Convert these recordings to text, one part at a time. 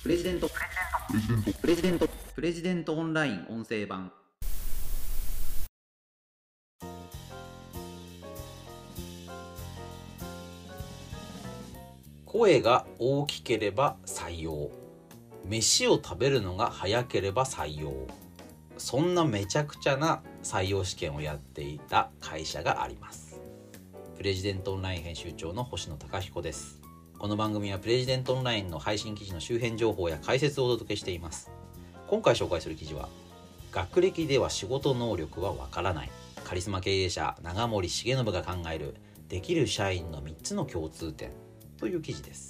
プレジデントオンライン音声版。 声が大きければ採用、飯を食べるのが早ければ採用、そんなめちゃくちゃな採用試験をやっていた会社があります。プレジデントオンライン編集長の星野貴彦です。この番組はプレジデントオンラインの配信記事の周辺情報や解説をお届けしています。今回紹介する記事は、学歴では仕事能力はわからない、カリスマ経営者永森重信が考えるできる社員の3つの共通点という記事です。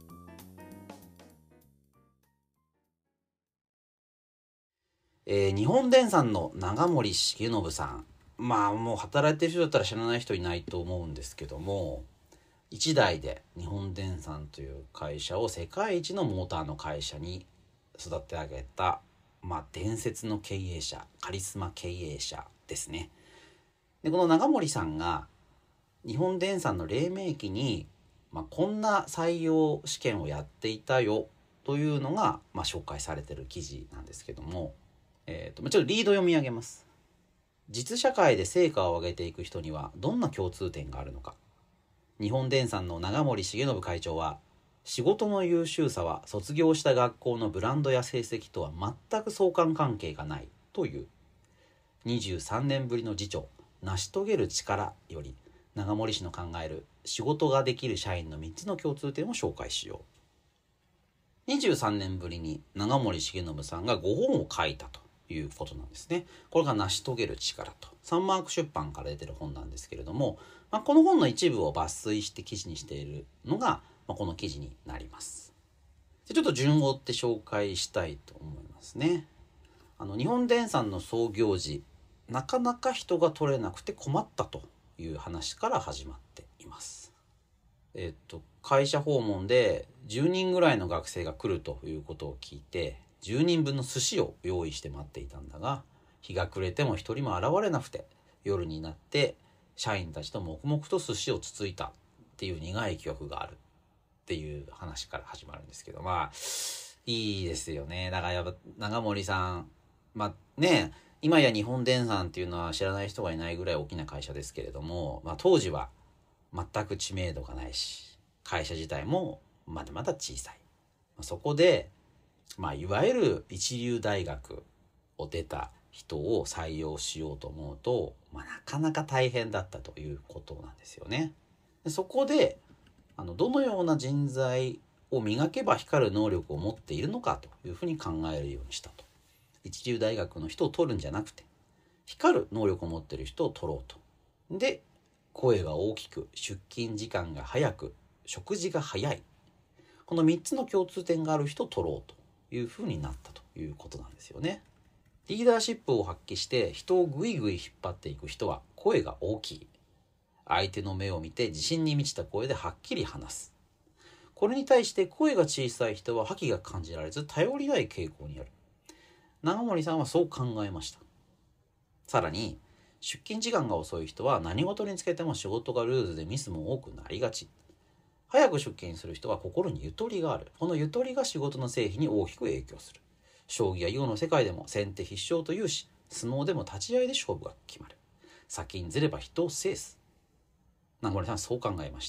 日本電産の永森重信さん、もう働いてる人だったら知らない人いないと思うんですけども、一代で日本電産という会社を世界一のモーターの会社に育て上げた、伝説の経営者、カリスマ経営者ですね。で、この永森さんが日本電産の黎明期に、こんな採用試験をやっていたよというのが、紹介されている記事なんですけども、ちょっとリード読み上げます。実社会で成果を上げていく人にはどんな共通点があるのか。日本電産の永森重信会長は、仕事の優秀さは卒業した学校のブランドや成績とは全く相関関係がないという。23年ぶりの次長、成し遂げる力より、永森氏の考える仕事ができる社員の3つの共通点を紹介しよう。23年ぶりに永森重信さんが5本を書いたということなんですね。これが成し遂げる力と、サンマーク出版から出てる本なんですけれども、この本の一部を抜粋して記事にしているのが、この記事になります。で、ちょっと順を追って紹介したいと思いますね。日本電産の創業時、なかなか人が取れなくて困ったという話から始まっています。会社訪問で10人ぐらいの学生が来るということを聞いて、10人分の寿司を用意して待っていたんだが、日が暮れても一人も現れなくて、夜になって社員たちと黙々と寿司をつついたっていう苦い記憶があるっていう話から始まるんですけど、いいですよね。だからやっぱ永森さん、今や日本電産っていうのは知らない人がいないぐらい大きな会社ですけれども、当時は全く知名度がないし、会社自体もまだまだ小さい。そこで、いわゆる一流大学を出た人を採用しようと思うと、なかなか大変だったということなんですよね。で、そこでどのような人材を磨けば光る能力を持っているのかというふうに考えるようにしたと。一流大学の人を取るんじゃなくて、光る能力を持っている人を取ろうと。で、声が大きく、出勤時間が早く、食事が早い、この3つの共通点がある人を取ろうというふうになったということなんですよね。リーダーシップを発揮して人をぐいぐい引っ張っていく人は声が大きい。相手の目を見て自信に満ちた声ではっきり話す。これに対して声が小さい人は覇気が感じられず頼りない傾向にある。永森さんはそう考えました。さらに、出勤時間が遅い人は何事につけても仕事がルーズでミスも多くなりがち。早く出勤する人は心にゆとりがある。このゆとりが仕事の成否に大きく影響する。将棋や囲碁の世界でも先手必勝というし、相撲でも立ち合いで勝負が決まる。先にずれば人を制す。永森さんはそう考えました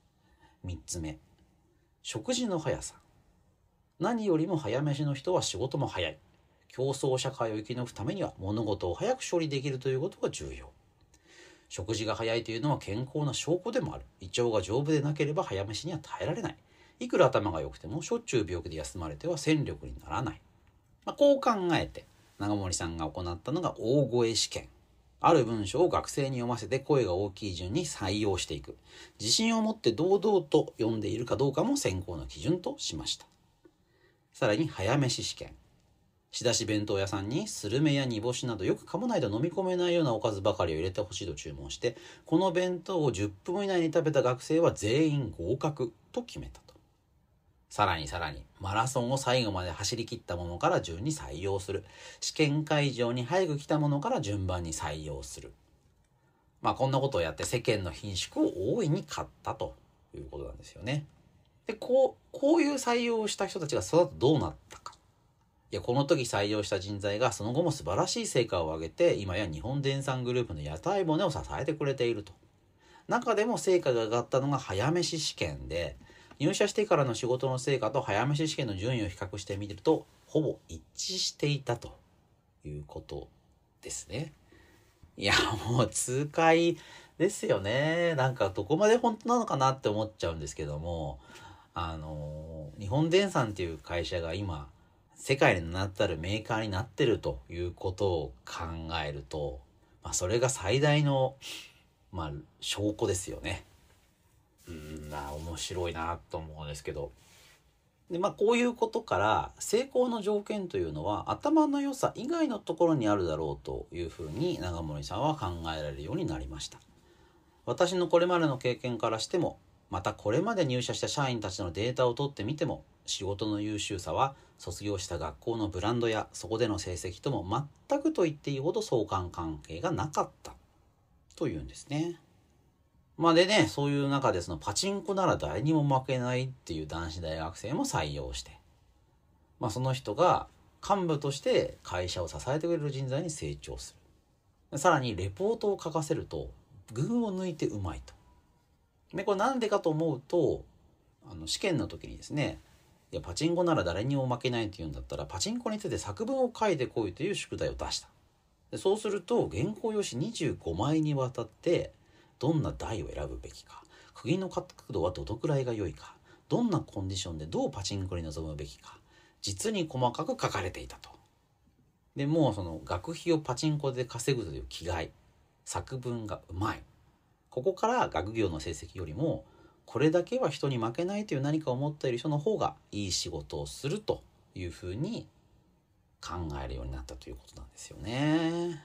。3つ目、食事の速さ。何よりも早飯の人は仕事も早い。競争社会を生き抜くためには物事を早く処理できるということが重要。食事が早いというのは健康な証拠でもある。胃腸が丈夫でなければ早飯には耐えられない。いくら頭が良くてもしょっちゅう病気で休まれては戦力にならない。こう考えて永森さんが行ったのが大声試験。ある文章を学生に読ませて声が大きい順に採用していく。自信を持って堂々と読んでいるかどうかも選考の基準としました。さらに早飯試験。仕出し弁当屋さんにスルメや煮干しなどよく噛まないと飲み込めないようなおかずばかりを入れてほしいと注文して、この弁当を10分以内に食べた学生は全員合格と決めたと。さらにマラソンを最後まで走り切ったものから順に採用する。試験会場に早く来たものから順番に採用する。こんなことをやって世間の顰蹙を大いに買ったということなんですよね。 でこういう採用をした人たちがその後どうなったか。いや、この時採用した人材がその後も素晴らしい成果を上げて、今や日本電産グループの屋台骨を支えてくれていると。中でも成果が上がったのが早飯試験で、入社してからの仕事の成果と早飯試験の順位を比較してみるとほぼ一致していたということですね。いや、もう痛快ですよね。なんかどこまで本当なのかなって思っちゃうんですけども、日本電産っていう会社が今世界に名だたるメーカーになってるということを考えると、それが最大の証拠ですよね。面白いなと思うんですけど。で、こういうことから成功の条件というのは頭の良さ以外のところにあるだろうというふうに永森さんは考えられるようになりました。私のこれまでの経験からしても、またこれまで入社した社員たちのデータを取ってみても、仕事の優秀さは卒業した学校のブランドやそこでの成績とも全くと言っていいほど相関関係がなかったというんですね。でね、そういう中でそのパチンコなら誰にも負けないっていう男子大学生も採用して、その人が幹部として会社を支えてくれる人材に成長する。さらにレポートを書かせると群を抜いてうまいと。で、これなんでかと思うと、試験の時にですね、いやパチンコなら誰にも負けないって言うんだったらパチンコについて作文を書いてこいという宿題を出した。で、そうすると原稿用紙25枚にわたってどんな台を選ぶべきか、釘の角度はどのくらいが良いか、どんなコンディションでどうパチンコに臨むべきか、実に細かく書かれていたと。で、もうその学費をパチンコで稼ぐという気概、作文がうまい、ここから学業の成績よりもこれだけは人に負けないという何かを持っている人の方がいい仕事をするというふうに考えるようになったということなんですよね。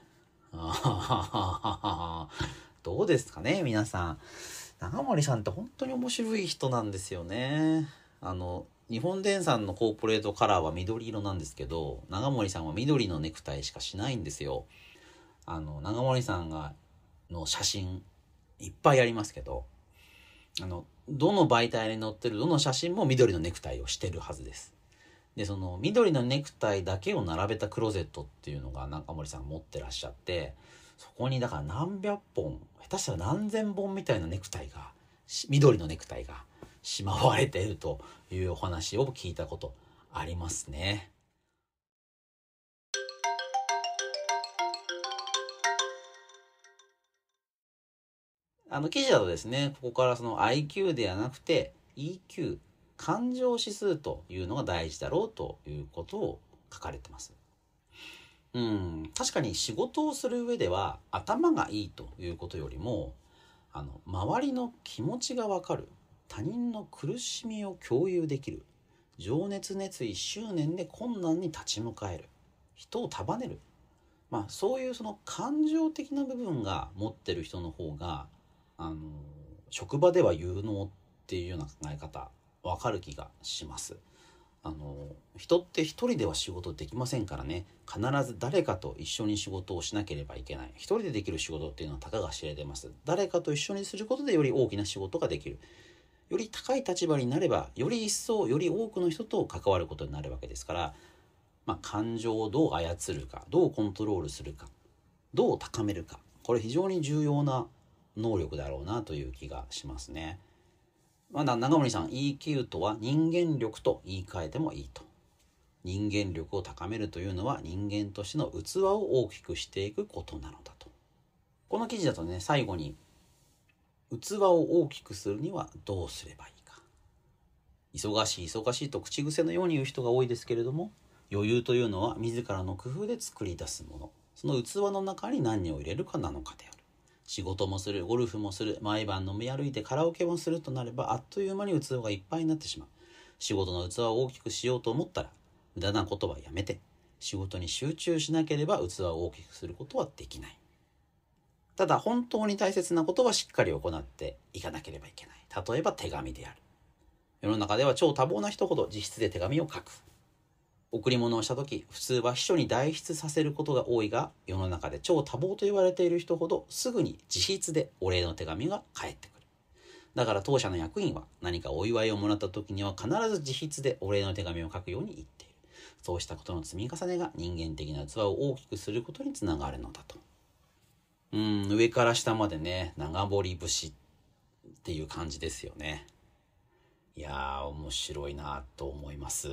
どうですかね、皆さん。永森さんって本当に面白い人なんですよね。日本電産のコーポレートカラーは緑色なんですけど、永森さんは緑のネクタイしかしないんですよ。永森さんの写真いっぱいありますけど、どの媒体に載ってるどの写真も緑のネクタイをしてるはずです。で、その緑のネクタイだけを並べたクローゼットっていうのが中森さん持ってらっしゃって、そこにだから何百本、下手したら何千本みたいなネクタイが、緑のネクタイがしまわれているというお話を聞いたことありますね。記事だとですね、ここからその IQ ではなくて EQ、感情指数というのが大事だろうということを書かれてます。確かに仕事をする上では頭がいいということよりも、周りの気持ちがわかる、他人の苦しみを共有できる、情熱熱意執念で困難に立ち向かえる、人を束ねる、そういうその感情的な部分が持ってる人の方が職場では有能っていうような考え方わかる気がします。人って一人では仕事できませんからね。必ず誰かと一緒に仕事をしなければいけない。一人でできる仕事っていうのはたかが知れてます。誰かと一緒にすることでより大きな仕事ができる。より高い立場になればより一層より多くの人と関わることになるわけですから、感情をどう操るか、どうコントロールするか、どう高めるか、これ非常に重要な能力だろうなという気がしますね。永森さん、 EQ とは人間力と言い換えてもいいと。人間力を高めるというのは人間としての器を大きくしていくことなのだと。この記事だとね、最後に器を大きくするにはどうすればいいか。忙しい忙しいと口癖のように言う人が多いですけれども、余裕というのは自らの工夫で作り出すもの、その器の中に何を入れるかなのかである。仕事もする、ゴルフもする、毎晩飲み歩いてカラオケもするとなれば、あっという間に器がいっぱいになってしまう。仕事の器を大きくしようと思ったら、無駄なことはやめて、仕事に集中しなければ器を大きくすることはできない。ただ本当に大切なことはしっかり行っていかなければいけない。例えば手紙である。世の中では超多忙な人ほど自筆で手紙を書く。贈り物をした時、普通は秘書に代筆させることが多いが、世の中で超多忙と言われている人ほどすぐに自筆でお礼の手紙が返ってくる。 だから当社の役員は何かお祝いをもらった時には必ず自筆でお礼の手紙を書くように言っている。そうしたことの積み重ねが人間的な器を大きくすることにつながるのだと。上から下までね、長堀節っていう感じですよね。いやー、面白いなと思います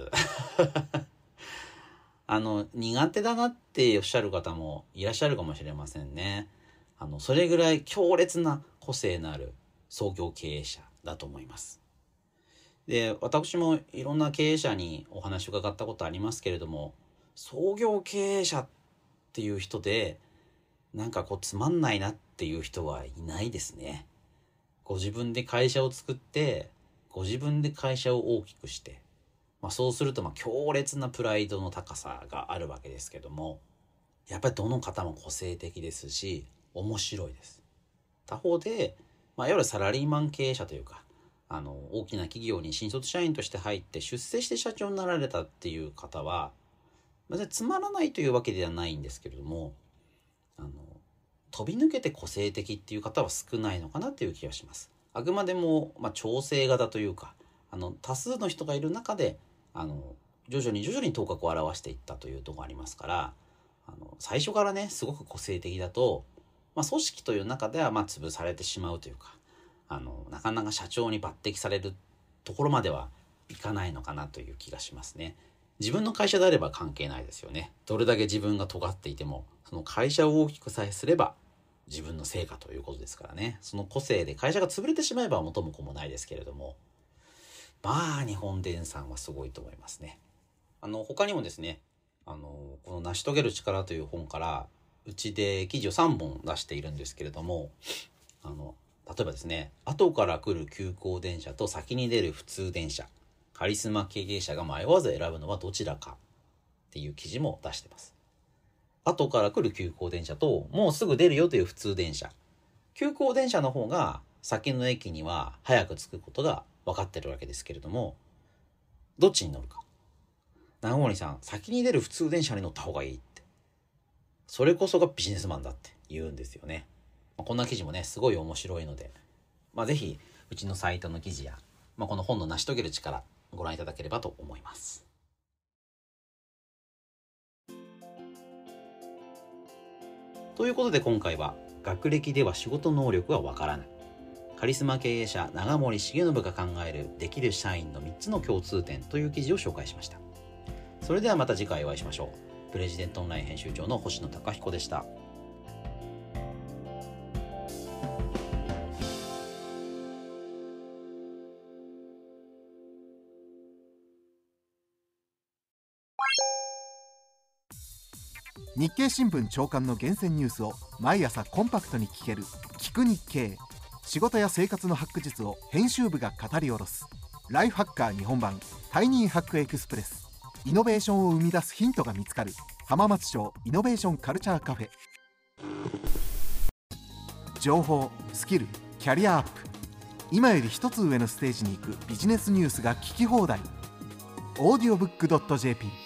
苦手だなっておっしゃる方もいらっしゃるかもしれませんね。それぐらい強烈な個性のある創業経営者だと思います。で、私もいろんな経営者にお話を伺ったことありますけれども、創業経営者っていう人でなんかつまんないなっていう人はいないですね。ご自分で会社を作ってご自分で会社を大きくして、そうすると強烈なプライドの高さがあるわけですけども、やっぱりどの方も個性的ですし面白いです。他方で、いわゆるサラリーマン経営者というか、大きな企業に新卒社員として入って出世して社長になられたっていう方は、別につまらないというわけではないんですけれども、飛び抜けて個性的っていう方は少ないのかなっていう気がします。あくまでも、調整型というか、多数の人がいる中で徐々に頭角を現していったというところがありますから、最初からねすごく個性的だと、組織という中では潰されてしまうというか、なかなか社長に抜擢されるところまではいかないのかなという気がしますね。自分の会社であれば関係ないですよね。どれだけ自分が尖っていても、その会社を大きくさえすれば自分の成果ということですからね。その個性で会社が潰れてしまえば元も子もないですけれども、日本電産はすごいと思いますね。他にもですね、この成し遂げる力という本からうちで記事を3本出しているんですけれども、例えばですね、後から来る急行電車と先に出る普通電車、カリスマ経営者が迷わず選ぶのはどちらかっていう記事も出してます。後から来る急行電車ともうすぐ出るよという普通電車、急行電車の方が先の駅には早く着くことが分かってるわけですけれども、どっちに乗るか。長森さん、先に出る普通電車に乗った方がいいって、それこそがビジネスマンだって言うんですよね。こんな記事もねすごい面白いので、ぜひうちのサイトの記事や、この本の成し遂げる力ご覧いただければと思います。ということで今回は学歴では仕事能力はわからない、カリスマ経営者長森重信が考えるできる社員の3つの共通点という記事を紹介しました。それではまた次回お会いしましょう。プレジデントオンライン編集長の星野貴彦でした。 日経新聞朝刊の厳選ニュースを毎朝コンパクトに聞ける聞く日経。仕事や生活のハック術を編集部が語り下ろすライフハッカー日本版タイニーハックエクスプレス。イノベーションを生み出すヒントが見つかる浜松町イノベーションカルチャーカフェ。情報、スキル、キャリアアップ、今より一つ上のステージに行くビジネスニュースが聞き放題。audiobook.jp